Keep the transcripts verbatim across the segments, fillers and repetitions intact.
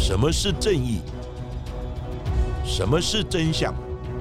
什么是正义？什么是真相？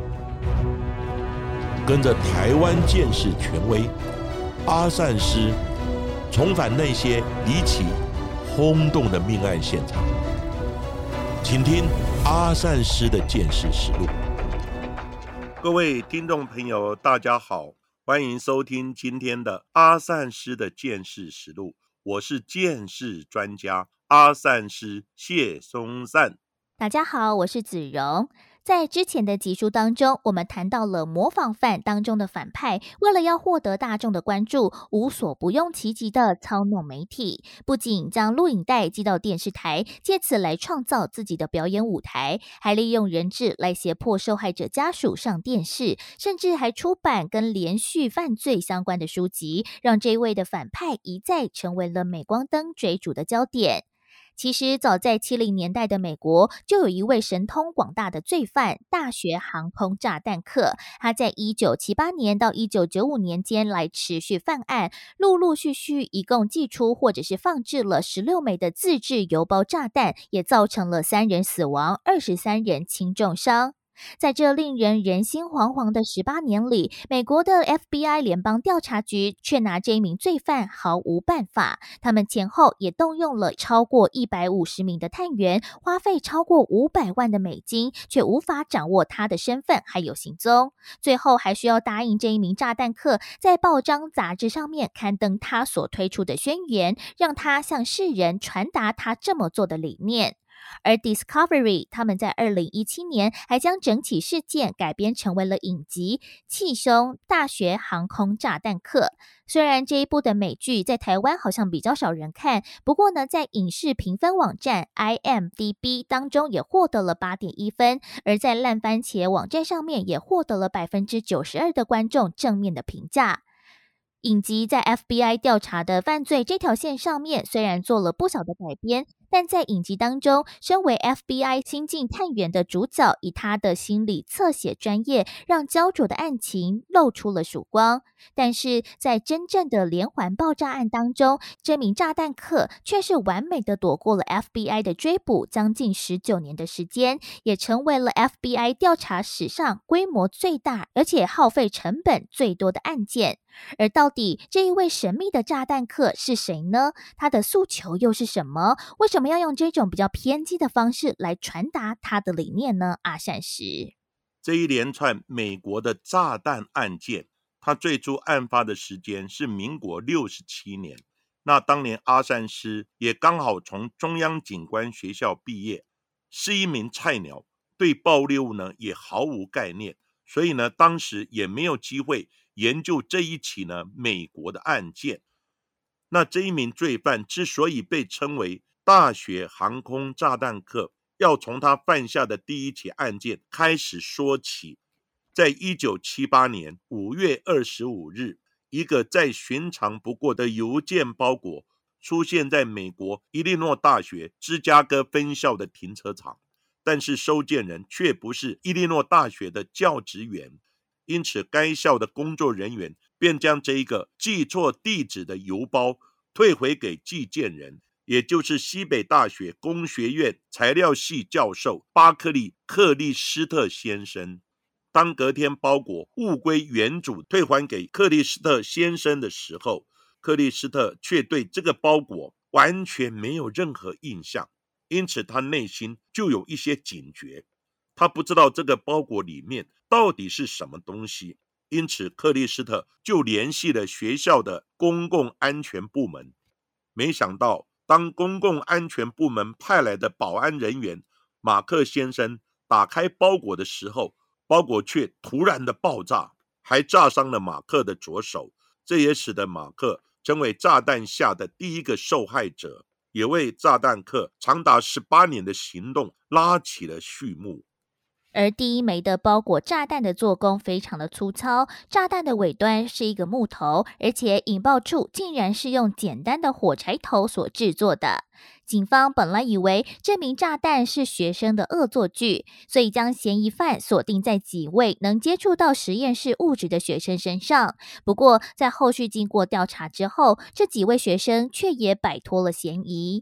跟着台湾鉴识权威阿善师，重返那些离奇轰动的命案现场，请听阿善师的鉴识实录。各位听众朋友大家好，欢迎收听今天的阿善师的鉴识实录，我是鉴识专家阿善师谢松善。 大家好，我是子荣。在之前的集数当中，我们谈到了模仿犯当中的反派，为了要获得大众的关注，无所不用其极的操弄媒体，不仅将录影带寄到电视台，借此来创造自己的表演舞台，还利用人质来胁迫受害者家属上电视，甚至还出版跟连续犯罪相关的书籍，让这位的反派一再成为了镁光灯追逐的焦点。其实早在七零年代的美国，就有一位神通广大的罪犯——大学航空炸弹客。他在一九七八年到一九九五年间来持续犯案，陆陆续续一共寄出或者是放置了十六枚的自制邮包炸弹，也造成了三人死亡，二十三人轻重伤。在这令人人心惶惶的十八年里，美国的 F B I 联邦调查局却拿这一名罪犯毫无办法。他们前后也动用了超过一百五十名的探员，花费超过五百万的美金，却无法掌握他的身份还有行踪。最后还需要答应这一名炸弹客在报章杂志上面刊登他所推出的宣言，让他向世人传达他这么做的理念。而 Discovery 他们在二零一七年还将整起事件改编成为了影集《气胸大学航空炸弹客》。虽然这一部的美剧在台湾好像比较少人看，不过呢，在影视评分网站 I M D B 当中也获得了 八点一分，而在烂番茄网站上面也获得了 百分之九十二 的观众正面的评价。影集在 F B I 调查的犯罪这条线上面虽然做了不少的改编，但在影集当中，身为 F B I 新晋探员的主角，以他的心理侧写专业，让焦灼的案情露出了曙光。但是在真正的连环爆炸案当中，这名炸弹客却是完美的躲过了 F B I 的追捕，将近十九年的时间，也成为了 F B I 调查史上规模最大，而且耗费成本最多的案件。而到底这一位神秘的炸弹客是谁呢？他的诉求又是什么？为什么要用这种比较偏激的方式来传达他的理念呢？阿善师， 这一连串美国的炸弹案件，它最初案发的时间是民国六十七年。那当年阿善师也刚好从中央警官学校毕业，是一名菜鸟，对暴力物呢也毫无概念，所以呢当时也没有机会研究这一起呢美国的案件。那这一名罪犯之所以被称为大学航空炸弹客，要从他犯下的第一起案件开始说起。在一九七八年五月二十五日，一个再寻常不过的邮件包裹出现在美国伊利诺大学芝加哥分校的停车场，但是收件人却不是伊利诺大学的教职员，因此该校的工作人员便将这一个寄错地址的邮包退回给寄件人，也就是西北大学工学院材料系教授巴克利·克利斯特先生。当隔天包裹物归原主退还给克利斯特先生的时候，克利斯特却对这个包裹完全没有任何印象，因此他内心就有一些警觉。他不知道这个包裹里面到底是什么东西，因此克利斯特就联系了学校的公共安全部门。没想到当公共安全部门派来的保安人员马克先生打开包裹的时候，包裹却突然的爆炸，还炸伤了马克的左手，这也使得马克成为炸弹下的第一个受害者，也为炸弹客长达十八年的行动拉起了序幕。 而第一枚的包裹炸弹的做工非常的粗糙，炸弹的尾端是一个木头，而且引爆处竟然是用简单的火柴头所制作的。警方本来以为这名炸弹是学生的恶作剧，所以将嫌疑犯锁定在几位能接触到实验室物质的学生身上。不过在后续经过调查之后，这几位学生却也摆脱了嫌疑。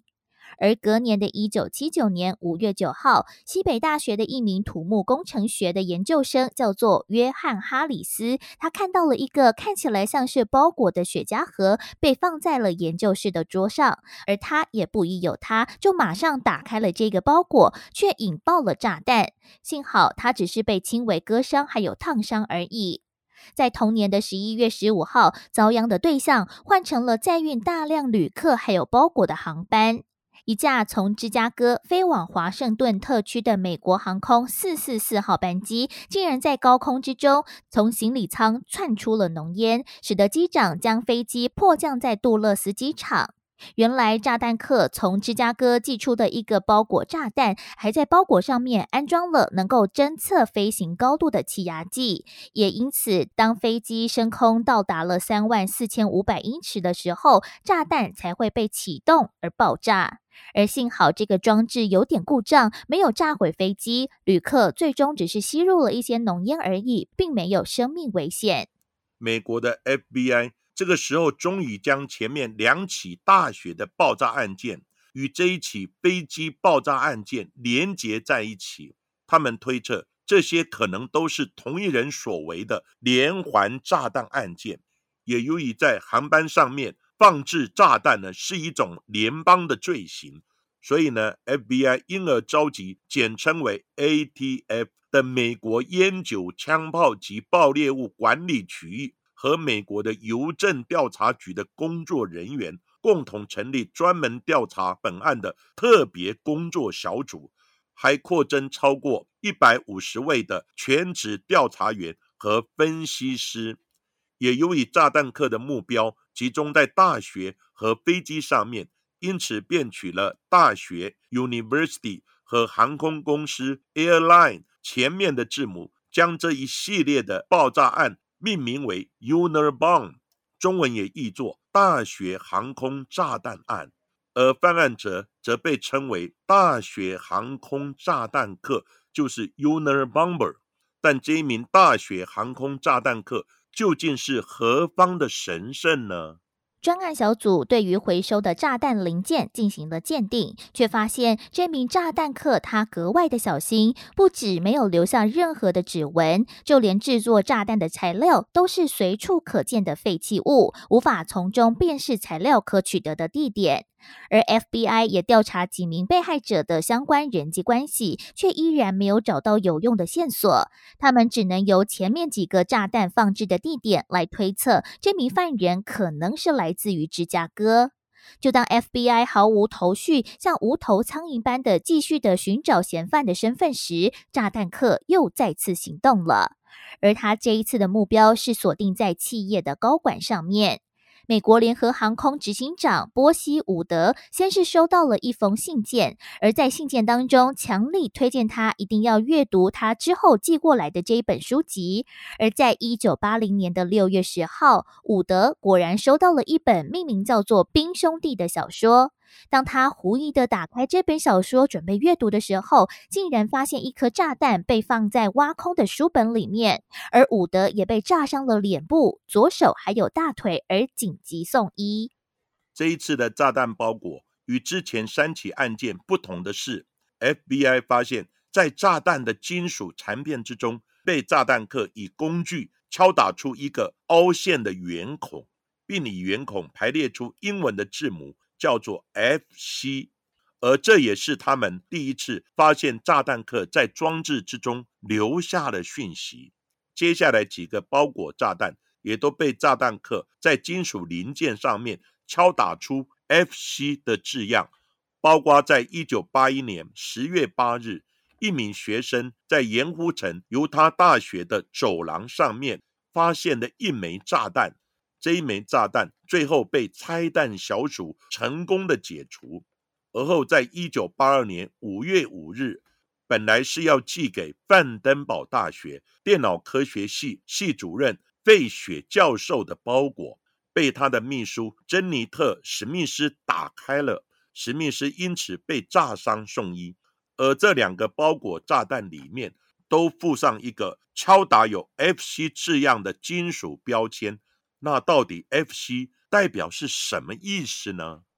而隔年的一九七九年五月九号，西北大学的一名土木工程学的研究生叫做约翰哈里斯，他看到了一个看起来像是包裹的雪茄盒被放在了研究室的桌上，而他也不疑有他，就马上打开了这个包裹，却引爆了炸弹。幸好他只是被轻微割伤还有烫伤而已。在同年的十一月十五号，遭殃的对象换成了载运大量旅客还有包裹的航班。一架从芝加哥飞往华盛顿特区的美国航空四四四号班机，竟然在高空之中从行李舱窜出了浓烟，使得机长将飞机迫降在杜勒斯机场。原来炸弹客从芝加哥寄出的一个包裹炸弹，还在包裹上面安装了能够侦测飞行高度的气压计，也因此当飞机升空到达了三万四千五百英尺的时候，炸弹才会被启动而爆炸。而幸好这个装置有点故障，没有炸毁飞机，旅客最终只是吸入了一些浓烟而已，并没有生命危险。 美国的 F B I 这个时候终于将前面两起大雪的爆炸案件与这一起飞机爆炸案件连结在一起，他们推测这些可能都是同一人所为的连环炸弹案件，也由于在航班上面放置炸弹呢是一种联邦的罪行，所以呢 F B I 因而召集简称为 A T F 的美国烟酒枪炮及爆裂物管理局和美国的邮政调查局的工作人员，共同成立专门调查本案的特别工作小组，还扩增超过一百五十位的全职调查员和分析师。也由于炸弹客的目标集中在大学和飞机上面，因此便取了大学 University 和航空公司 Airline 前面的字母，将这一系列的爆炸案命名为 Unabomb， 中文也译作大学航空炸弹案，而犯案者则被称为大学航空炸弹客，就是 Unabomber。 但这一名大学航空炸弹客究竟是何方的神圣呢？ 专案小组对于回收的炸弹零件进行了鉴定，却发现这名炸弹客他格外的小心，不止没有留下任何的指纹，就连制作炸弹的材料都是随处可见的废弃物，无法从中辨识材料可取得的地点。而 F B I 也调查几名被害者的相关人际关系，却依然没有找到有用的线索。他们只能由前面几个炸弹放置的地点来推测，这名犯人可能是来自于芝加哥。就当 F B I 毫无头绪，像无头苍蝇般的继续的寻找嫌犯的身份时，炸弹客又再次行动了。而他这一次的目标是锁定在企业的高管上面。美国联合航空执行长波西·伍德先是收到了一封信件，而在信件当中强力推荐他一定要阅读他之后寄过来的这一本书籍。而在一九八零年的六月十号，伍德果然收到了一本命名叫做《冰兄弟》的小说。当他狐疑地打开这本小说准备阅读的时候，竟然发现一颗炸弹被放在挖空的书本里面，而伍德也被炸伤了脸部、左手还有大腿，而紧急送医。 这一次的炸弹包裹与之前三起案件不同的是， F B I 发现在炸弹的金属残片之中，被炸弹客以工具敲打出一个凹陷的圆孔，并以圆孔排列出英文的字母叫做 F C， 而这也是他们第一次发现炸弹客在装置之中留下了讯息。接下来几个包裹炸弹也都被炸弹客在金属零件上面敲打出 F C 的字样，包括在一九八一年十月八日，一名学生在盐湖城犹他大学的走廊上面发现了一枚炸弹，这一枚炸弹最后被拆弹小组成功的解除。而后在一九八二年五月五日，本来是要寄给范登堡大学电脑科学系系主任费雪教授的包裹，被他的秘书珍妮特·史密斯打开了，史密斯因此被炸伤送医。而这两个包裹炸弹里面都附上一个敲打有 F C 字样的金属标签，那到底 F C 代表是什么意思呢？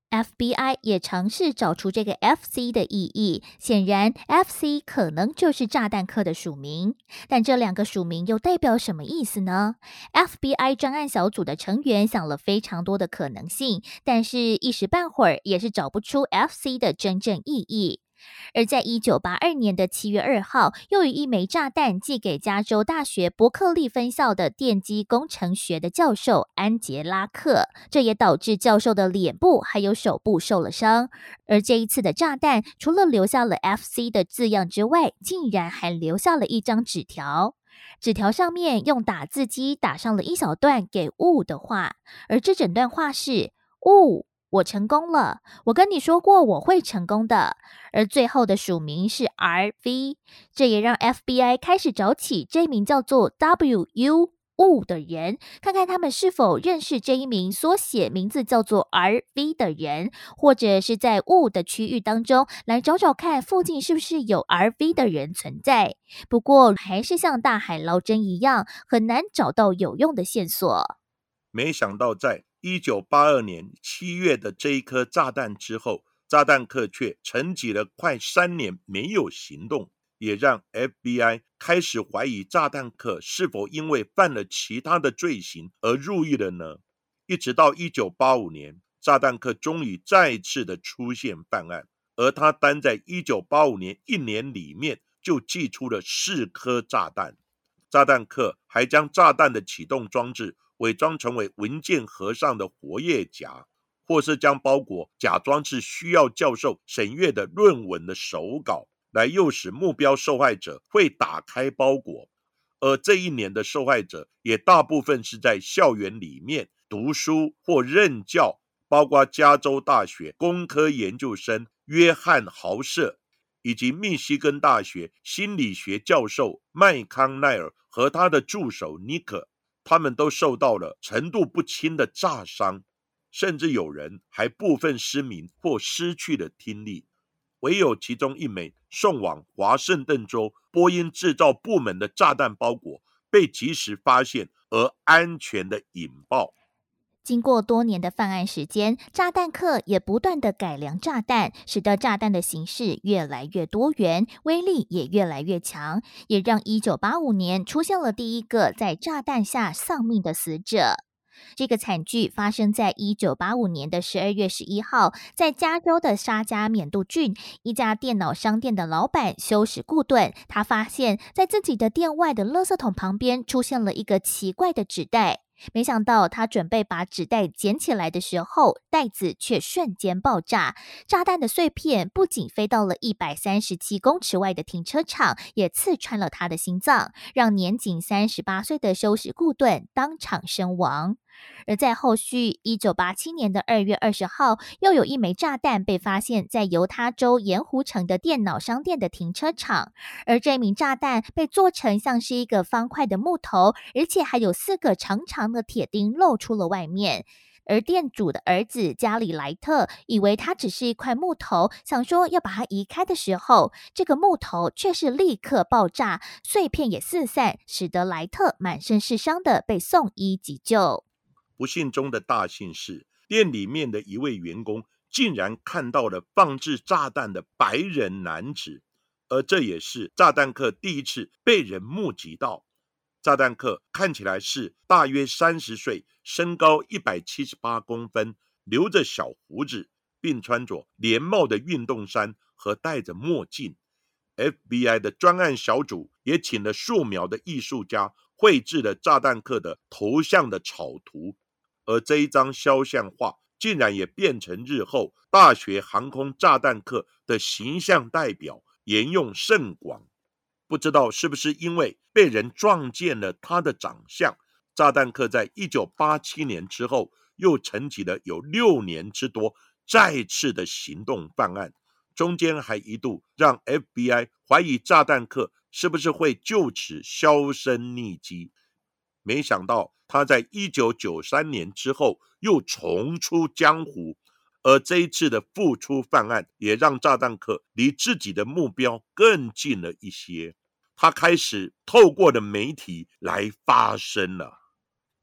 F B I 也尝试找出这个 F C 的意义，显然 F C 可能就是炸弹客的署名。但这两个署名又代表什么意思呢？ F B I 专案小组的成员想了非常多的可能性，但是一时半会儿也是找不出 F C 的真正意义。而在一九八二年的七月二号，又有一枚炸弹寄给加州大学伯克利分校的电机工程学的教授安杰拉克，这也导致教授的脸部还有手部受了伤。而这一次的炸弹除了留下了 F C 的字样之外，竟然还留下了一张纸条。纸条上面用打字机打上了一小段给雾的话，而这整段话是雾，我成功了，我跟你说过我会成功的。而最后的署名是 R V， 这也让 F B I 开始找起这名叫做 W U 雾的人，看看他们是否认识这一名缩写名字叫做 R V 的人，或者是在雾的区域当中来找找看附近是不是有 R V 的人存在。不过还是像大海捞针一样，很难找到有用的线索。 没想到在一九八二年七月的这一颗炸弹之后，炸弹客却沉寂了快三年没有行动，也让 F B I 开始怀疑炸弹客是否因为犯了其他的罪行而入狱了呢？一直到一九八五年，炸弹客终于再次的出现犯案，而他单在一九八五年一年里面就寄出了四颗炸弹。炸弹客还将炸弹的启动装置伪装成为文件盒上的活页夹，或是将包裹假装是需要教授审阅的论文的手稿，来诱使目标受害者会打开包裹。而这一年的受害者也大部分是在校园里面读书或任教，包括加州大学工科研究生约翰豪瑟，以及密西根大学心理学教授麦康奈尔和他的助手尼克，他们都受到了程度不轻的炸伤，甚至有人还部分失明或失去了听力。唯有其中一枚送往华盛顿州波音制造部门的炸弹包裹被及时发现而安全的引爆。 经过多年的犯案时间，炸弹客也不断的改良炸弹，使得炸弹的形式越来越多元，威力也越来越强，也让一九八五年出现了第一个在炸弹下丧命的死者。这个惨剧发生在一九八五年的十二月十一号，在加州的沙加缅度郡一家电脑商店的老板休史固顿，他发现在自己的店外的垃圾桶旁边出现了一个奇怪的纸袋。没想到他准备把纸袋捡起来的时候，袋子却瞬间爆炸，炸弹的碎片不仅飞到了一百三十七公尺外的停车场，也刺穿了他的心脏，让年仅三十八岁的休史固顿当场身亡。而在后续一九八七年的二月二十号，又有一枚炸弹被发现在犹他州盐湖城的电脑商店的停车场，而这名炸弹被做成像是一个方块的木头，而且还有四个长长的铁钉露出了外面。而店主的儿子加里莱特以为它只是一块木头，想说要把它移开的时候，这个木头却是立刻爆炸，碎片也四散，使得莱特满身是伤的被送医急救。 不幸中的大幸是，店里面的一位员工竟然看到了放置炸弹的白人男子，而这也是炸弹客第一次被人目击到。炸弹客看起来是大约三十岁，身高一百七十八公分，留着小胡子，并穿着连帽的运动衫和戴着墨镜。F B I 的专案小组也请了素描的艺术家绘制了炸弹客的头像的草图，而这一张肖像画竟然也变成日后大学航空炸弹客的形象代表，沿用甚广。不知道是不是因为被人撞见了他的长相，炸弹客在一九八七年之后又沉寂了有六年之多，再次的行动犯案，中间还一度让 F B I 怀疑炸弹客是不是会就此销声匿迹。没想到他在一九九三年之后又重出江湖，而这一次的复出犯案也让炸弹客离自己的目标更近了一些，他开始透过了媒体来发声了。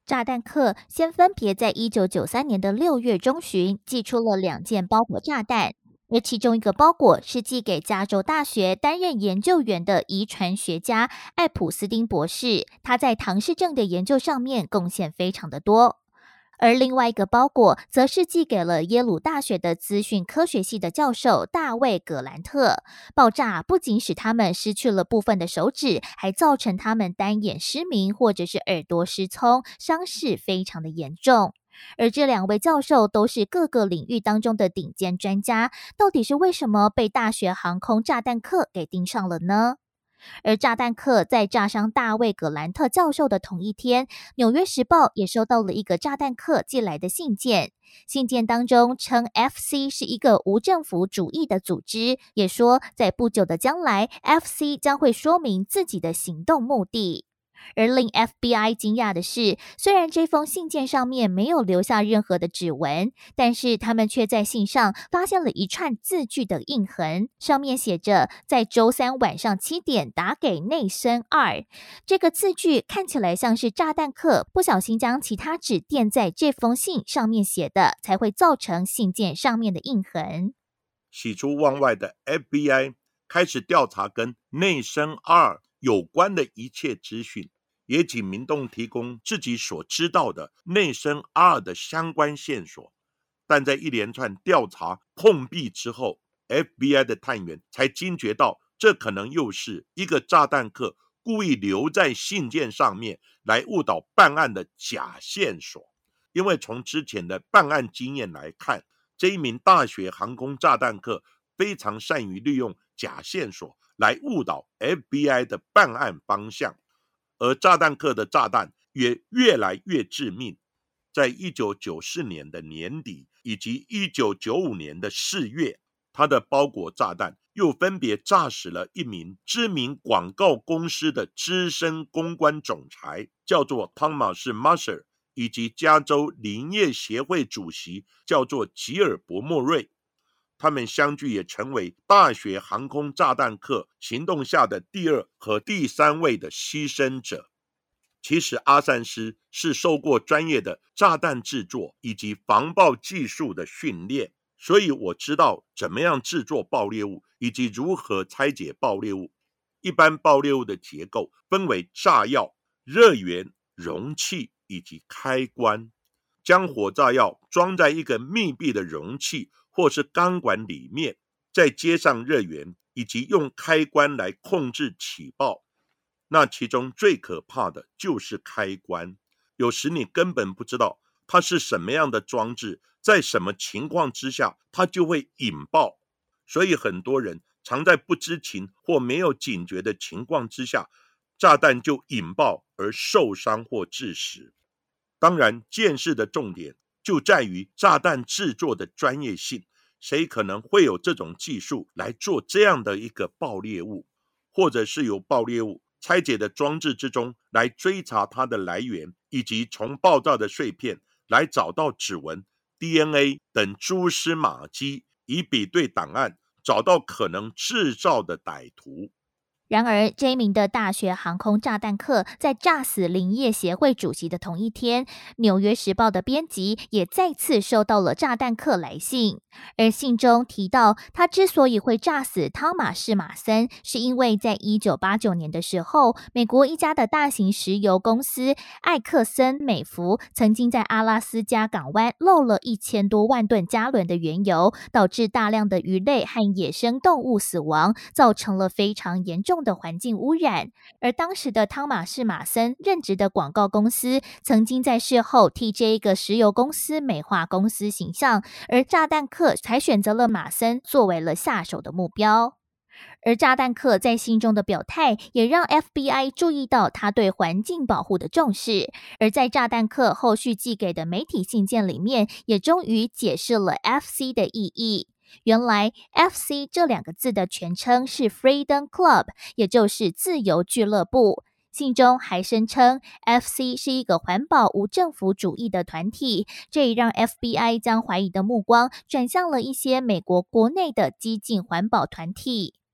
炸弹客先分别在一九九三年的六月中旬寄出了两件包裹炸弹，而其中一个包裹是寄给加州大学担任研究员的遗传学家艾普斯丁博士，他在唐氏症的研究上面贡献非常的多。而另外一个包裹则是寄给了耶鲁大学的资讯科学系的教授大卫·葛兰特。爆炸不仅使他们失去了部分的手指，还造成他们单眼失明或者是耳朵失聪，伤势非常的严重。而这两位教授都是各个领域当中的顶尖专家，到底是为什么被大学航空炸弹客给盯上了呢？而炸弹客在炸伤大卫·葛兰特教授的同一天，《纽约时报》也收到了一个炸弹客寄来的信件。信件当中称 F C 是一个无政府主义的组织，也说在不久的将来 F C 将会说明自己的行动目的。而令 F B I 惊讶的是，虽然这封信件上面没有留下任何的指纹，但是他们却在信上发现了一串字句的印痕，上面写着在周三晚上七点打给内森 R。 这个字句看起来像是炸弹客不小心将其他纸垫在这封信上面写的，才会造成信件上面的印痕。 喜出望外的 F B I 开始调查跟内森 R 有关的一切资讯，也请民众提供自己所知道的内森 R 的相关线索。但在一连串调查碰壁之后， F B I 的探员才惊觉到，这可能又是一个炸弹客故意留在信件上面来误导办案的假线索。因为从之前的办案经验来看，这一名大学航空炸弹客非常善于利用假线索来误导 F B I 的办案方向，而炸弹客的炸弹也越来越致命。在一九九四年的年底以及一九九五年的四月，他的包裹炸弹又分别炸死了一名知名广告公司的资深公关总裁，叫做汤马士·马塞尔，以及加州林业协会主席，叫做吉尔伯莫瑞。他们相继也成为大学航空炸弹客行动下的第二和第三位的牺牲者。其实阿善师是受过专业的炸弹制作以及防爆技术的训练，所以我知道怎么样制作爆裂物以及如何拆解爆裂物。一般爆裂物的结构分为炸药、热源、容器以及开关。将火炸药装在一个密闭的容器或是钢管里面，再接上热源以及用开关来控制起爆。那其中最可怕的就是开关，有时你根本不知道它是什么样的装置，在什么情况之下它就会引爆。所以很多人常在不知情或没有警觉的情况之下，炸弹就引爆而受伤或致死。当然，件事的重点就在于炸弹制作的专业性，谁可能会有这种技术来做这样的一个爆裂物，或者是由爆裂物拆解的装置之中来追查它的来源，以及从爆炸的碎片来找到指纹、D N A 等蛛丝马迹，以比对档案，找到可能制造的歹徒。 然而，这一名的大学航空炸弹客在炸死林业协会主席的同一天，《纽约时报》的编辑也再次收到了炸弹客来信，而信中提到，他之所以会炸死汤马士·马森，是因为在一九八九年的时候，美国一家的大型石油公司艾克森美孚曾经在阿拉斯加港湾漏了一千多万吨加仑的原油，导致大量的鱼类和野生动物死亡，造成了非常严重的环境污染。而当时的汤马士·马森任职的广告公司曾经在事后替这一个石油公司美化公司形象，而炸弹客才选择了马森作为了下手的目标。而炸弹客在信中的表态也让 F B I 注意到他对环境保护的重视，而在炸弹客后续寄给的媒体信件里面，也终于解释了 F C 的意义。原来 F C 这两个字的全称是 Freedom Club， 也就是自由俱乐部。信中还声称 F C 是一个环保无政府主义的团体，这也让 F B I 将怀疑的目光转向了一些美国国内的激进环保团体。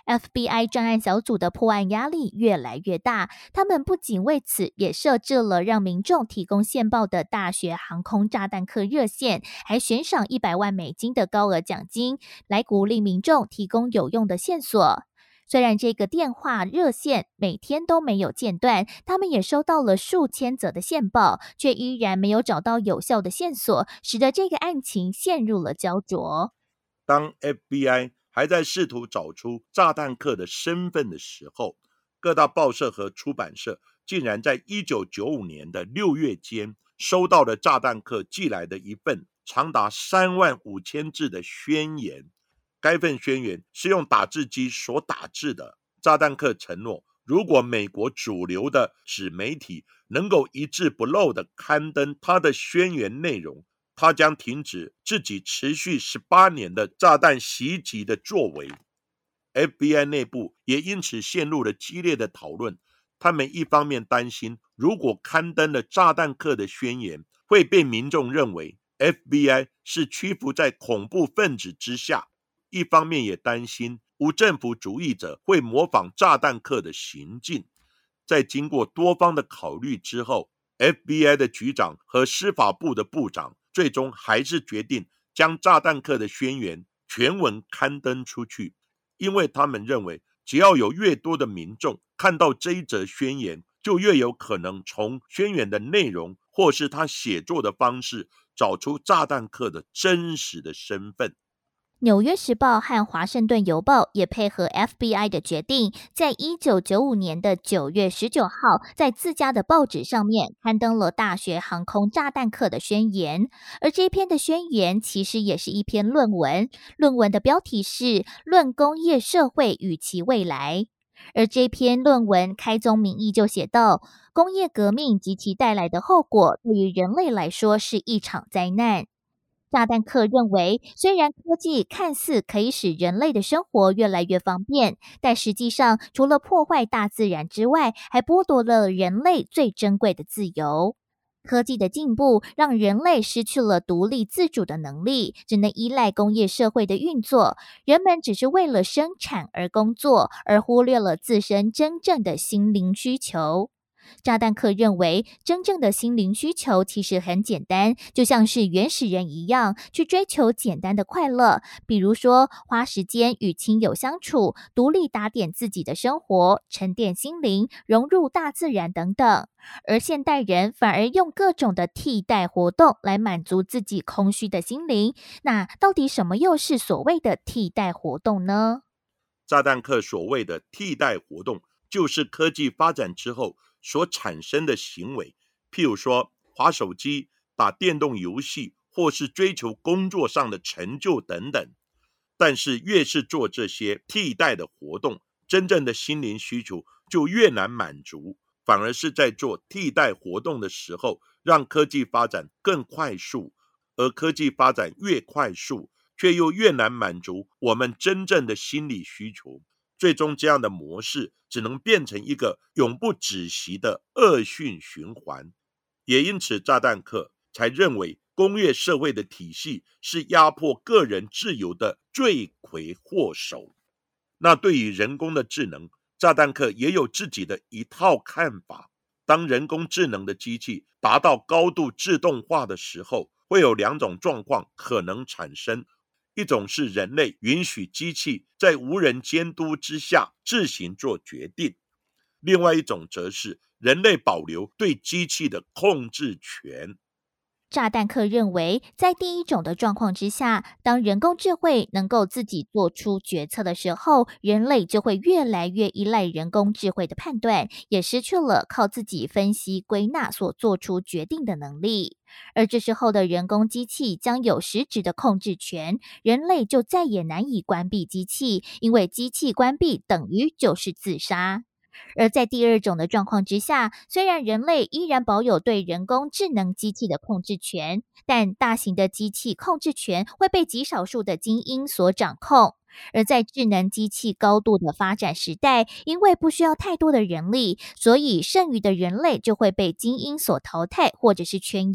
F B I 专案小组的破案压力越来越大，他们不仅为此也设置了让民众提供线报的大学航空炸弹客热线，还悬赏一百万美金的高额奖金，来鼓励民众提供有用的线索。虽然这个电话热线每天都没有间断，他们也收到了数千则的线报，却依然没有找到有效的线索，使得这个案情陷入了焦灼。 当 F B I 还在试图找出炸弹客的身份的时候，各大报社和出版社竟然在一九九五年的六月间收到了炸弹客寄来的一份长达三万五千字的宣言。该份宣言是用打字机所打字的。炸弹客承诺，如果美国主流的纸媒体能够一字不漏地刊登他的宣言内容，他将停止自己持续十八年的炸弹袭击的作为。 F B I 内部也因此陷入了激烈的讨论，他们一方面担心如果刊登了炸弹客的宣言，会被民众认为 F B I 是屈服在恐怖分子之下，一方面也担心无政府主义者会模仿炸弹客的行径。在经过多方的考虑之后， F B I 的局长和司法部的部长最终还是决定将炸弹客的宣言全文刊登出去，因为他们认为只要有越多的民众看到这一则宣言，就越有可能从宣言的内容或是他写作的方式找出炸弹客的真实的身份。 纽约时报和华盛顿邮报也配合 F B I 的决定，在一九九五年的九月十九号，在自家的报纸上面刊登了大学航空炸弹客的宣言。而这篇的宣言其实也是一篇论文，论文的标题是《论工业社会与其未来》。而这篇论文开宗明义就写道，工业革命及其带来的后果对于人类来说是一场灾难。炸弹客认为，虽然科技看似可以使人类的生活越来越方便，但实际上除了破坏大自然之外，还剥夺了人类最珍贵的自由。科技的进步让人类失去了独立自主的能力，只能依赖工业社会的运作。人们只是为了生产而工作，而忽略了自身真正的心灵需求。炸弹客认为，真正的心灵需求其实很简单，就像是原始人一样，去追求简单的快乐，比如说花时间与亲友相处，独立打点自己的生活，沉淀心灵，融入大自然等等。而现代人反而用各种的替代活动来满足自己空虚的心灵，那到底什么又是所谓的替代活动呢？ 炸弹客所谓的替代活动，就是科技发展之后所产生的行为，譬如说滑手机、打电动游戏，或是追求工作上的成就等等。但是越是做这些替代的活动，真正的心灵需求就越难满足，反而是在做替代活动的时候，让科技发展更快速，而科技发展越快速，却又越难满足我们真正的心理需求。最终这样的模式只能变成一个永不止息的恶性循环。也因此炸弹客才认为工业社会的体系是压迫个人自由的罪魁祸首。那对于人工的智能，炸弹客也有自己的一套看法。当人工智能的机器达到高度自动化的时候，会有两种状况可能产生。一种是人类允许机器在无人监督之下自行做决定，另外一种则是人类保留对机器的控制权。 炸弹客认为，在第一种的状况之下，当人工智慧能够自己做出决策的时候，人类就会越来越依赖人工智慧的判断，也失去了靠自己分析归纳所做出决定的能力。而这时候的人工机器将有实质的控制权，人类就再也难以关闭机器，因为机器关闭等于就是自杀。而在第二种的状况之下，虽然人类依然保有对人工智能机器的控制权，但大型的机器控制权会被极少数的精英所掌控。而在智能机器高度的发展时代，因为不需要太多的人力，所以剩余的人类就会被精英所淘汰或者是圈养。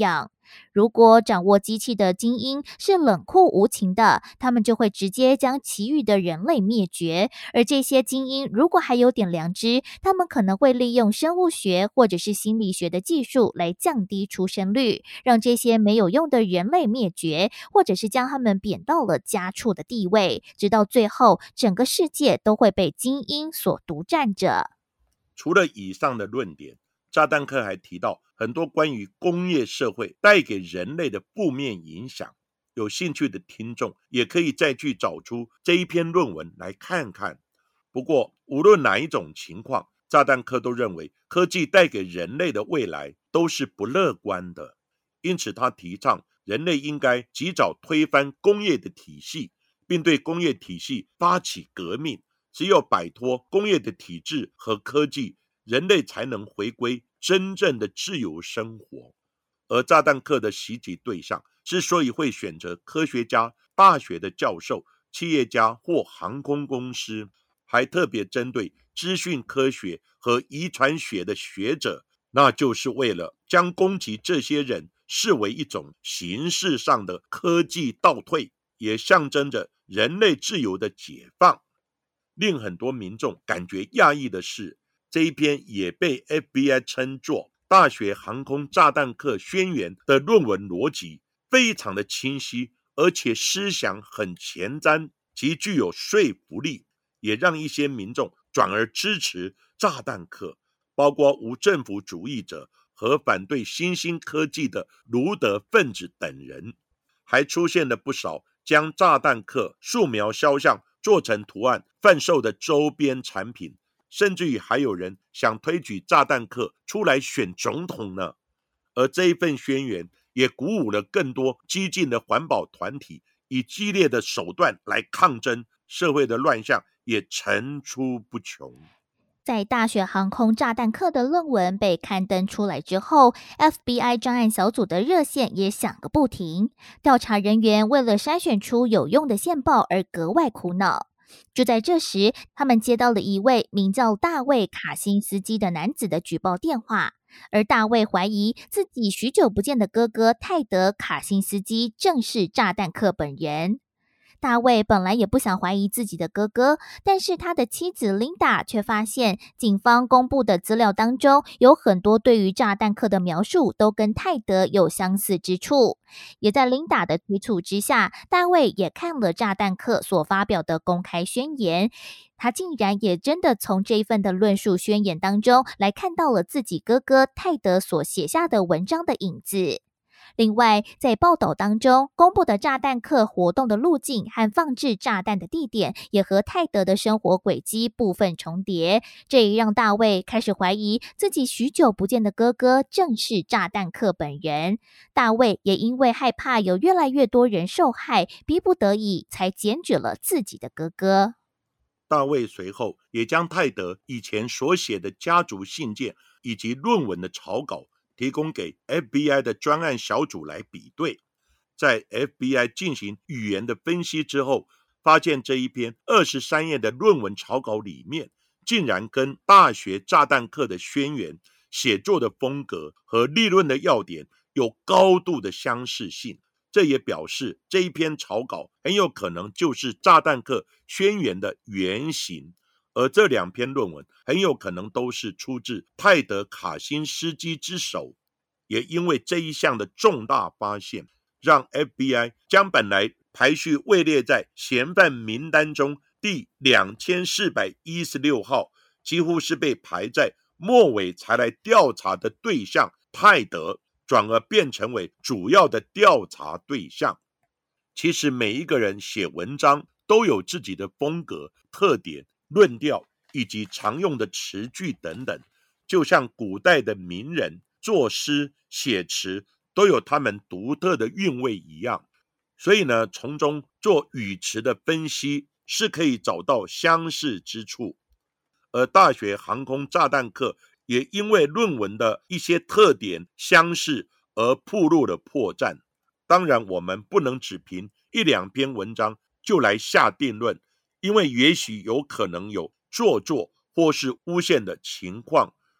如果掌握机器的精英是冷酷无情的，他们就会直接将其余的人类灭绝。而这些精英如果还有点良知，他们可能会利用生物学或者是心理学的技术来降低出生率，让这些没有用的人类灭绝，或者是将他们贬到了家畜的地位，直到最后整个世界都会被精英所独占着。 除了以上的论点，炸弹客还提到很多关于工业社会带给人类的负面影响。有兴趣的听众也可以再去找出这一篇论文来看看。不过无论哪一种情况，炸弹客都认为科技带给人类的未来都是不乐观的，因此他提倡人类应该及早推翻工业的体系，并对工业体系发起革命。只有摆脱工业的体制和科技，人类才能回归真正的自由生活。而炸弹客的袭击对象之所以会选择科学家、大学的教授、企业家或航空公司，还特别针对资讯科学和遗传学的学者，那就是为了将攻击这些人视为一种形式上的科技倒退，也象征着人类自由的解放。令很多民众感觉讶异的是，这一篇也被 F B I 称作大学航空炸弹客宣言的论文逻辑非常的清晰，而且思想很前瞻，极具有说服力，也让一些民众转而支持炸弹客，包括无政府主义者和反对新兴科技的卢德分子等人。还出现了不少将炸弹客素描肖像做成图案贩售的周边产品，甚至于还有人想推举炸弹客出来选总统呢。而这一份宣言也鼓舞了更多激进的环保团体，以激烈的手段来抗争，社会的乱象也层出不穷。 在大学航空炸弹客的论文被刊登出来之后， F B I 专案小组的热线也响个不停，调查人员为了筛选出有用的线报而格外苦恼。就在这时，他们接到了一位名叫大卫·卡辛斯基的男子的举报电话，而大卫怀疑自己许久不见的哥哥泰德·卡辛斯基正是炸弹客本人。大卫本来也不想怀疑自己的哥哥，但是他的妻子琳达却发现警方公布的资料当中有很多对于炸弹客的描述都跟泰德有相似之处。也在琳达的催促之下，大卫也看了炸弹客所发表的公开宣言，他竟然也真的从这一份的论述宣言当中来看到了自己哥哥泰德所写下的文章的影子。另外，在报道当中公布的炸弹客活动的路径和放置炸弹的地点也和泰德的生活轨迹部分重叠，这也让大卫开始怀疑自己许久不见的哥哥正是炸弹客本人。大卫也因为害怕有越来越多人受害，逼不得已才检举了自己的哥哥。 大卫随后也将泰德以前所写的家族信件以及论文的草稿提供给 F B I 的专案小组来比对。在 F B I 进行语言的分析之后，发现这一篇二十三页的论文草稿里面竟然跟大学炸弹客的宣言写作的风格和立论的要点有高度的相似性。这也表示这一篇草稿很有可能就是炸弹客宣言的原型，而这两篇论文很有可能都是出自泰德·卡辛斯基之手。也因为这一项的重大发现，让 F B I 将本来排序位列在嫌犯名单中第两千四百一十六号，几乎是被排在末尾才来调查的对象泰德，转而变成为主要的调查对象。其实每一个人写文章都有自己的风格、特点、论调以及常用的词句等等，就像古代的名人作诗写词都有他们独特的韵味一样。所以呢，从中做语词的分析是可以找到相似之处。而大学航空炸弹客也因为论文的一些特点相似而暴露了破绽。当然我们不能只凭一两篇文章就来下定论，因为也许有可能有做作或是诬陷的情况。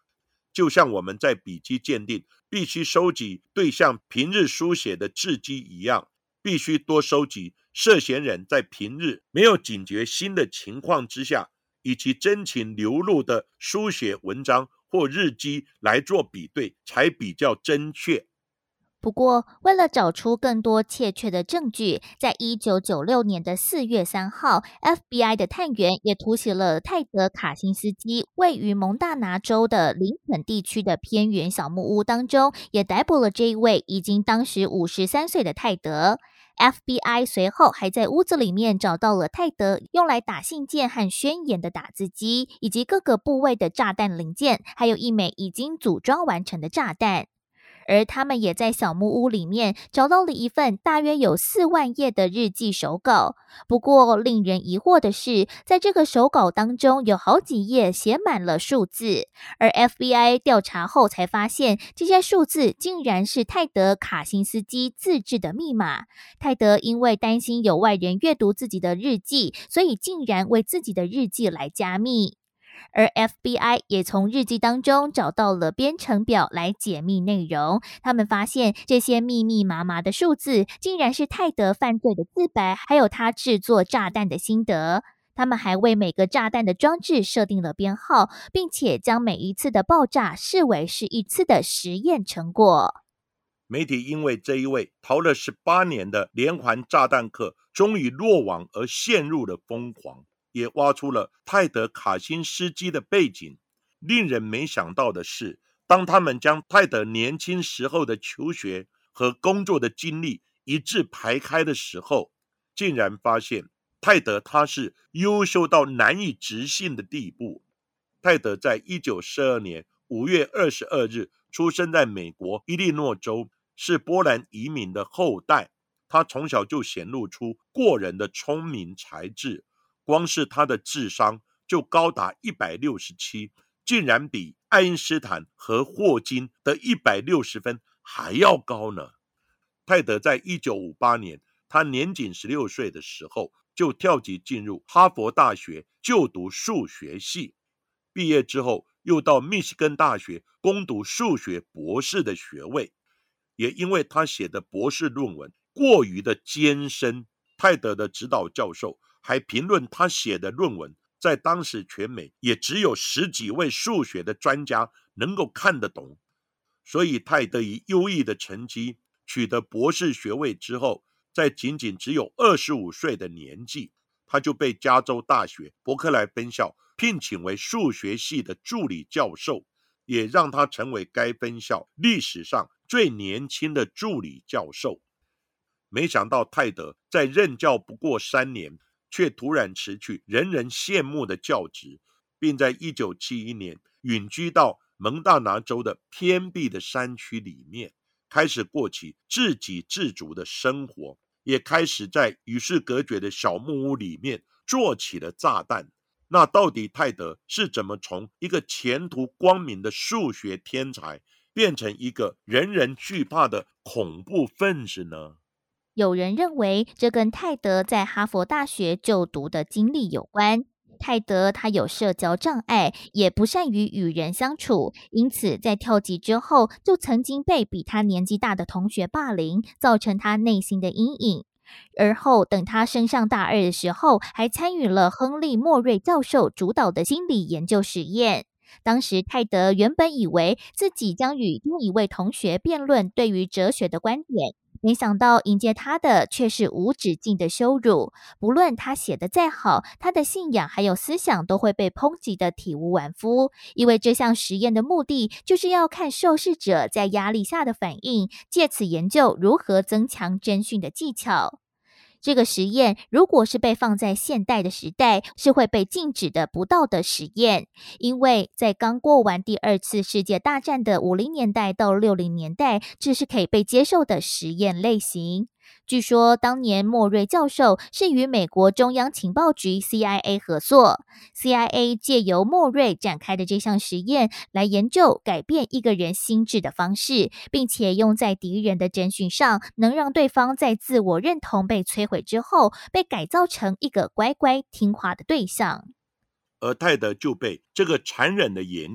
就像我们在笔迹鉴定必须收集对象平日书写的字迹一样，必须多收集涉嫌人在平日没有警觉心的情况之下，以及真情流露的书写文章或日记来做比对，才比较真确。 不过，为了找出更多确切的证据，在一九九六年的四月三号 ，F B I 的探员也突袭了泰德·卡辛斯基位于蒙大拿州的林肯地区的偏远小木屋当中，也逮捕了这一位已经当时五十三岁的泰德。F B I 随后还在屋子里面找到了泰德用来打信件和宣言的打字机，以及各个部位的炸弹零件，还有一枚已经组装完成的炸弹。而他们也在小木屋里面找到了一份大约有四万页的日记手稿。不过令人疑惑的是，在这个手稿当中有好几页写满了数字，而 F B I 调查后才发现，这些数字竟然是泰德·卡辛斯基自制的密码。泰德因为担心有外人阅读自己的日记，所以竟然为自己的日记来加密。而 F B I 也从日记当中找到了编程表来解密内容，他们发现这些密密麻麻的数字竟然是泰德犯罪的自白，还有他制作炸弹的心得。他们还为每个炸弹的装置设定了编号，并且将每一次的爆炸视为是一次的实验成果。 媒体因为这一位逃了十八年的连环炸弹客终于落网而陷入了疯狂，也挖出了泰德·卡辛斯基的背景。令人没想到的是，当他们将泰德年轻时候的求学和工作的经历一字排开的时候，竟然发现泰德他是优秀到难以置信的地步。泰德在一九四二年五月二十二日出生在美国伊利诺州，是波兰移民的后代。他从小就显露出过人的聪明才智，光是他的智商就高达一百六十七，竟然比爱因斯坦和霍金的一百六十分还要高呢。泰德在一九五八年，他年仅十六岁的时候，就跳级进入哈佛大学就读数学系，毕业之后又到密西根大学攻读数学博士的学位。也因为他写的博士论文过于的艰深，泰德的指导教授还评论他写的论文在当时全美也只有十几位数学的专家能够看得懂。所以泰德以优异的成绩取得博士学位之后，在仅仅只有二十五岁的年纪，他就被加州大学伯克莱分校聘请为数学系的助理教授，也让他成为该分校历史上最年轻的助理教授。没想到泰德在任教不过三年，却突然辞去人人羡慕的教职，并在一九七一年隐居到蒙大拿州的偏僻的山区里面，开始过起自给自足的生活，也开始在与世隔绝的小木屋里面做起了炸弹。那到底泰德是怎么从一个前途光明的数学天才变成一个人人惧怕的恐怖分子呢？ 有人认为这跟泰德在哈佛大学就读的经历有关。泰德他有社交障碍，也不善于与人相处，因此在跳级之后就曾经被比他年纪大的同学霸凌，造成他内心的阴影。而后等他升上大二的时候，还参与了亨利·莫瑞教授主导的心理研究实验。当时泰德原本以为自己将与另一位同学辩论对于哲学的观点，没想到迎接他的却是无止境的羞辱。不论他写得再好，他的信仰还有思想都会被抨击得体无完肤。因为这项实验的目的就是要看受试者在压力下的反应，借此研究如何增强侦讯的技巧。这个实验如果是被放在现代的时代，是会被禁止的不道德实验。因为在刚过完第二次世界大战的五零年代到六零年代，这是可以被接受的实验类型。据说当年莫瑞教授是与美国中央情报局 C I A 合作， C I A 借由莫瑞展开的这项实验来研究改变一个人心智的方式，并且用在敌人的侦讯上，能让对方在自我认同被摧毁之后，被改造成一个乖乖听话的对象。 而泰德就被这个残忍的研究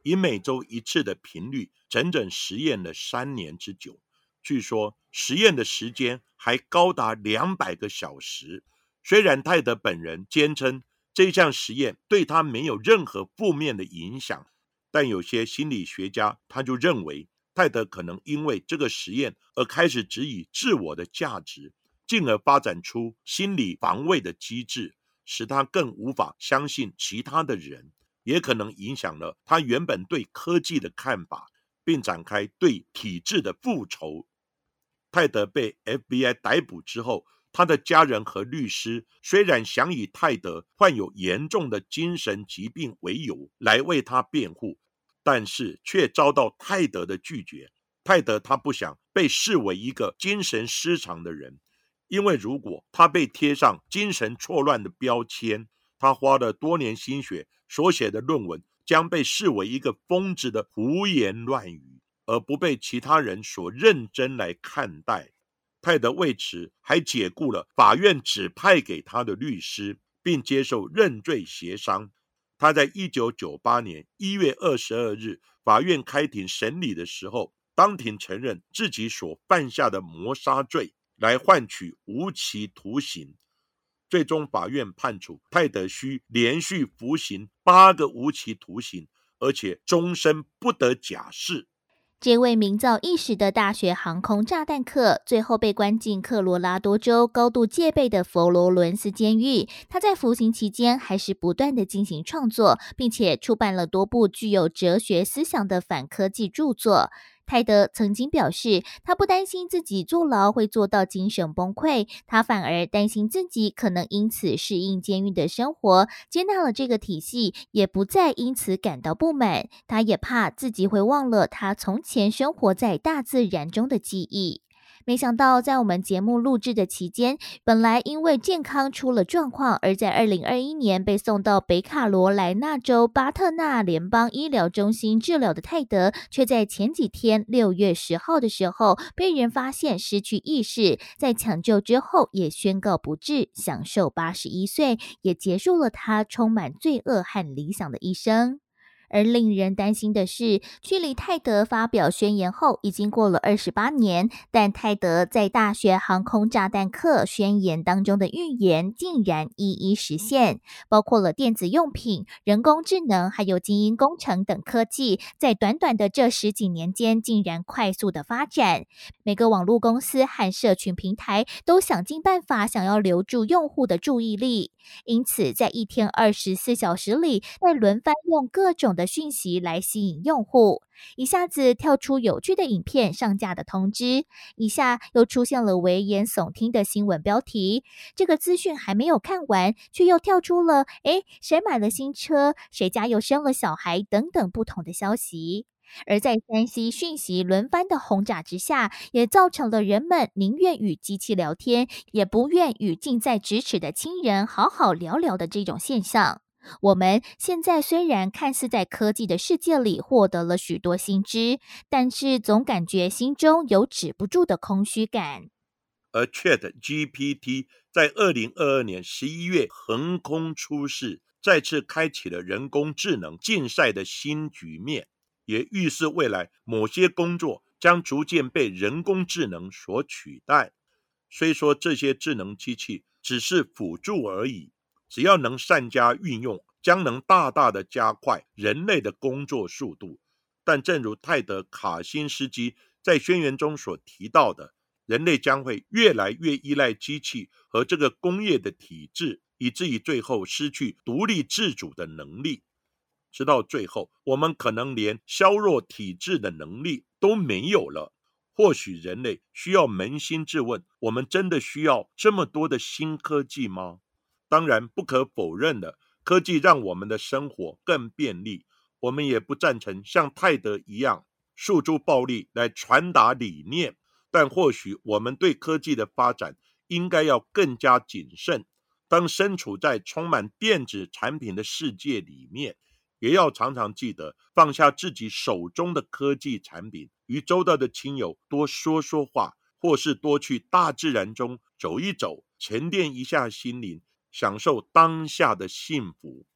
以每周一次的频率，整整实验了三年之久。据说实验的时间还高达两百个小时。虽然泰德本人坚称这项实验对他没有任何负面的影响，但有些心理学家他就认为泰德可能因为这个实验而开始质疑自我的价值，进而发展出心理防卫的机制，使他更无法相信其他的人，也可能影响了他原本对科技的看法，并展开对体制的复仇。泰德被 F B I 逮捕之后，他的家人和律师虽然想以泰德患有严重的精神疾病为由来为他辩护，但是却遭到泰德的拒绝。泰德他不想被视为一个精神失常的人，因为如果他被贴上精神错乱的标签，他花了多年心血所写的论文将被视为一个疯子的胡言乱语，而不被其他人所认真来看待。泰德为此还解雇了法院指派给他的律师，并接受认罪协商。他在一九九八年一月二十二日法院开庭审理的时候，当庭承认自己所犯下的谋杀罪，来换取无期徒刑。最终法院判处泰德需连续服刑八个无期徒刑，而且终身不得假释。 这位名噪一时的大学航空炸弹客，最后被关进科罗拉多州高度戒备的佛罗伦斯监狱。他在服刑期间还是不断的进行创作，并且出版了多部具有哲学思想的反科技著作。泰德曾经表示，他不担心自己坐牢会做到精神崩溃，他反而担心自己可能因此适应监狱的生活，接纳了这个体系，也不再因此感到不满。他也怕自己会忘了他从前生活在大自然中的记忆。没想到在我们节目录制的期间，本来因为健康出了状况，而在二零二一年被送到北卡罗来纳州巴特纳联邦医疗中心治疗的泰德，却在前几天六月十号的时候被人发现失去意识，在抢救之后也宣告不治，享受八十一岁，也结束了他充满罪恶和理想的一生。而令人担心的是，距离泰德发表宣言后已经过了二十八年，但泰德在大学航空炸弹客宣言当中的预言竟然一一实现，包括了电子用品、人工智能还有基因工程等科技，在短短的这十几年间竟然快速的发展。每个网络公司和社群平台都想尽办法想要留住用户的注意力，因此在一天二十四小时里会轮番用各种的讯息来吸引用户，一下子跳出有趣的影片上架的通知，一下又出现了危言耸听的新闻标题，这个资讯还没有看完，却又跳出了诶，谁买了新车，谁家又生了小孩等等不同的消息。而在 三 C 讯息轮番的轰炸之下，也造成了人们宁愿与机器聊天，也不愿与近在咫尺的亲人好好聊聊的这种现象。我们现在虽然看似在科技的世界里获得了许多新知，但是总感觉心中有止不住的空虚感。 而 Chat G P T 在二零二二年十一月横空出世，再次开启了人工智能竞赛的新局面，也预示未来某些工作将逐渐被人工智能所取代。虽说这些智能机器只是辅助而已，只要能善加运用，将能大大的加快人类的工作速度。但正如泰德·卡辛斯基在宣言中所提到的，人类将会越来越依赖机器和这个工业的体制，以至于最后失去独立自主的能力。直到最后，我们可能连削弱体制的能力都没有了。或许人类需要扪心自问，我们真的需要这么多的新科技吗？当然，不可否认的，科技让我们的生活更便利，我们也不赞成像泰德一样诉诸暴力来传达理念，但或许我们对科技的发展应该要更加谨慎。当身处在充满电子产品的世界里面，也要常常记得放下自己手中的科技产品，与周遭的亲友多说说话，或是多去大自然中走一走，沉淀一下心灵，享受当下的幸福。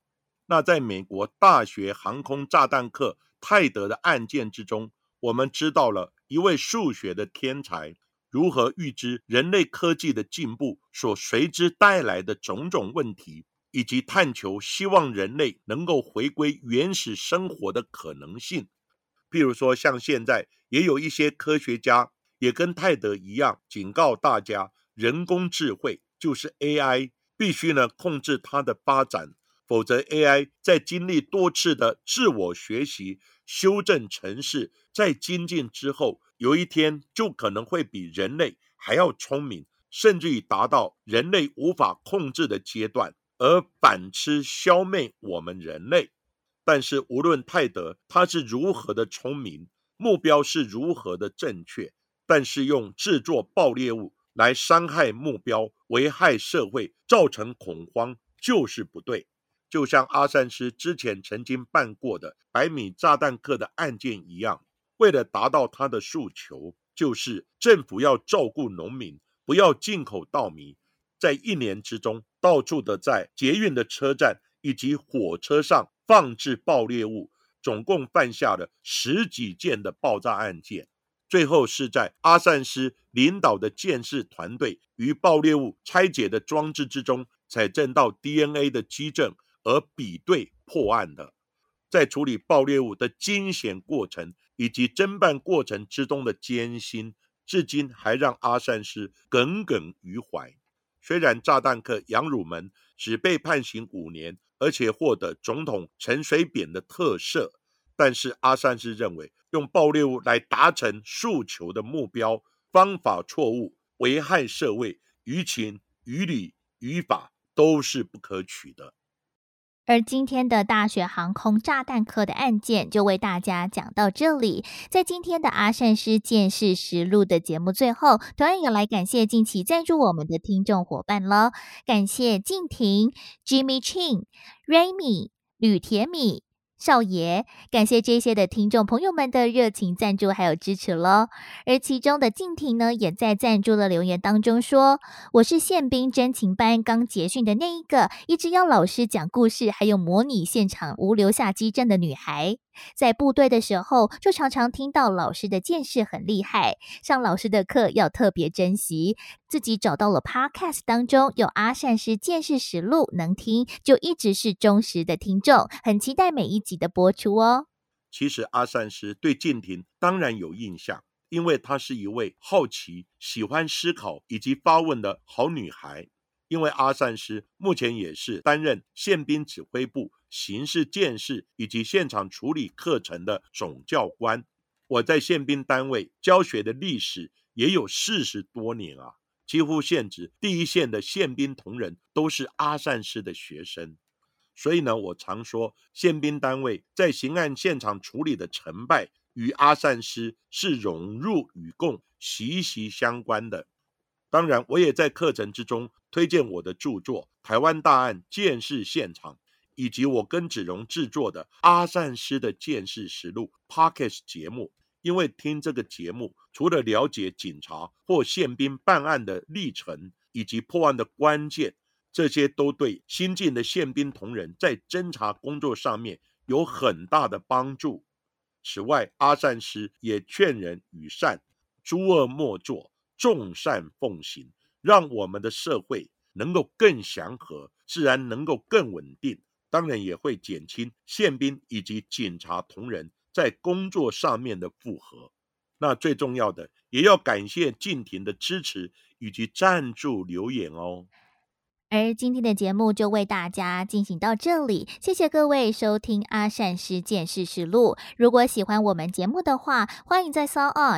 那在美国大学航空炸弹客泰德的案件之中，我们知道了一位数学的天才如何预知人类科技的进步所随之带来的种种问题，以及探求希望人类能够回归原始生活的可能性。譬如说，像现在也有一些科学家也跟泰德一样警告大家，人工智慧就是 A I， 必须呢控制它的发展，否则 A I 在经历多次的自我学习、修正程式、再精进之后，有一天就可能会比人类还要聪明，甚至于达到人类无法控制的阶段，而反吃消灭我们人类。但是无论泰德他是如何的聪明，目标是如何的正确，但是用制作爆裂物来伤害目标、危害社会、造成恐慌就是不对。就像阿善师之前曾经办过的百米炸弹客的案件一样，为了达到他的诉求，就是政府要照顾农民，不要进口稻米，在一年之中到处的在捷运的车站以及火车上放置爆裂物，总共犯下了十几件的爆炸案件。最后是在阿善师领导的鉴识团队于爆裂物拆解的装置之中采证到 D N A 的基证而比对破案的。在处理爆裂物的惊险过程以及侦办过程之中的艰辛，至今还让阿善师耿耿于怀。虽然炸弹客杨汝门只被判刑五年，而且获得总统陈水扁的特赦，但是阿善师认为用爆裂物来达成诉求的目标方法错误，危害社会，于情于理于法都是不可取的。 而今天的大学航空炸弹客的案件就为大家讲到这里。在今天的阿善师见识实录的节目最后，同样也来感谢近期赞助我们的听众伙伴咯，感谢静婷、Jimmy Chin、Raymi、吕铁米、少爷，感谢这些的听众朋友们的热情赞助还有支持咯。而其中的静婷呢，也在赞助的留言当中说，我是宪兵侦情班刚结训的那一个一直要老师讲故事还有模拟现场无留下机证的女孩，在部队的时候就常常听到老师的见识很厉害，上老师的课要特别珍惜，自己找到了 Podcast 当中有阿善师见识实录能听，就一直是忠实的听众，很期待每一集的播出哦。 其实阿善师对静婷当然有印象，因为她是一位好奇、喜欢思考以及发问的好女孩。因为阿善师目前也是担任宪兵指挥部刑事鉴识以及现场处理课程的总教官，我在宪兵单位教学的历史也有四十多年啊，几乎现职第一线的宪兵同仁都是阿善师的学生。所以呢，我常说宪兵单位在刑案现场处理的成败与阿善师是荣辱与共，息息相关的。当然我也在课程之中推荐我的著作《台湾大案鉴识现场》，以及我跟子荣制作的阿善师的鉴识实录 Podcast 节目。因为听这个节目除了了解警察或宪兵办案的历程以及破案的关键，这些都对新进的宪兵同仁在侦查工作上面有很大的帮助。此外，阿善师也劝人与善，诸恶莫作，众善奉行，让我们的社会能够更祥和，自然能够更稳定，当然也会减轻宪兵以及警察同仁在工作上面的负荷。那最重要的，也要感谢静婷的支持以及赞助留言哦。 而今天的节目就为大家进行到这里，谢谢各位收听阿善师见识实录。如果喜欢我们节目的话，欢迎在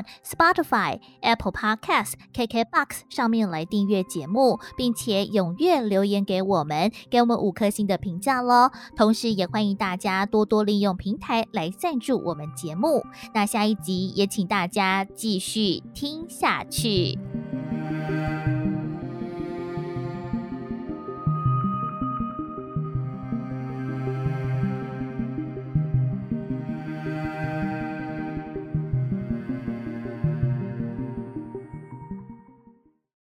SoundOn、Spotify、Apple Podcast、K K Box 上面来订阅节目，并且踊跃留言给我们，给我们五颗星的评价咯。同时也欢迎大家多多利用平台来赞助我们节目。那下一集也请大家继续听下去。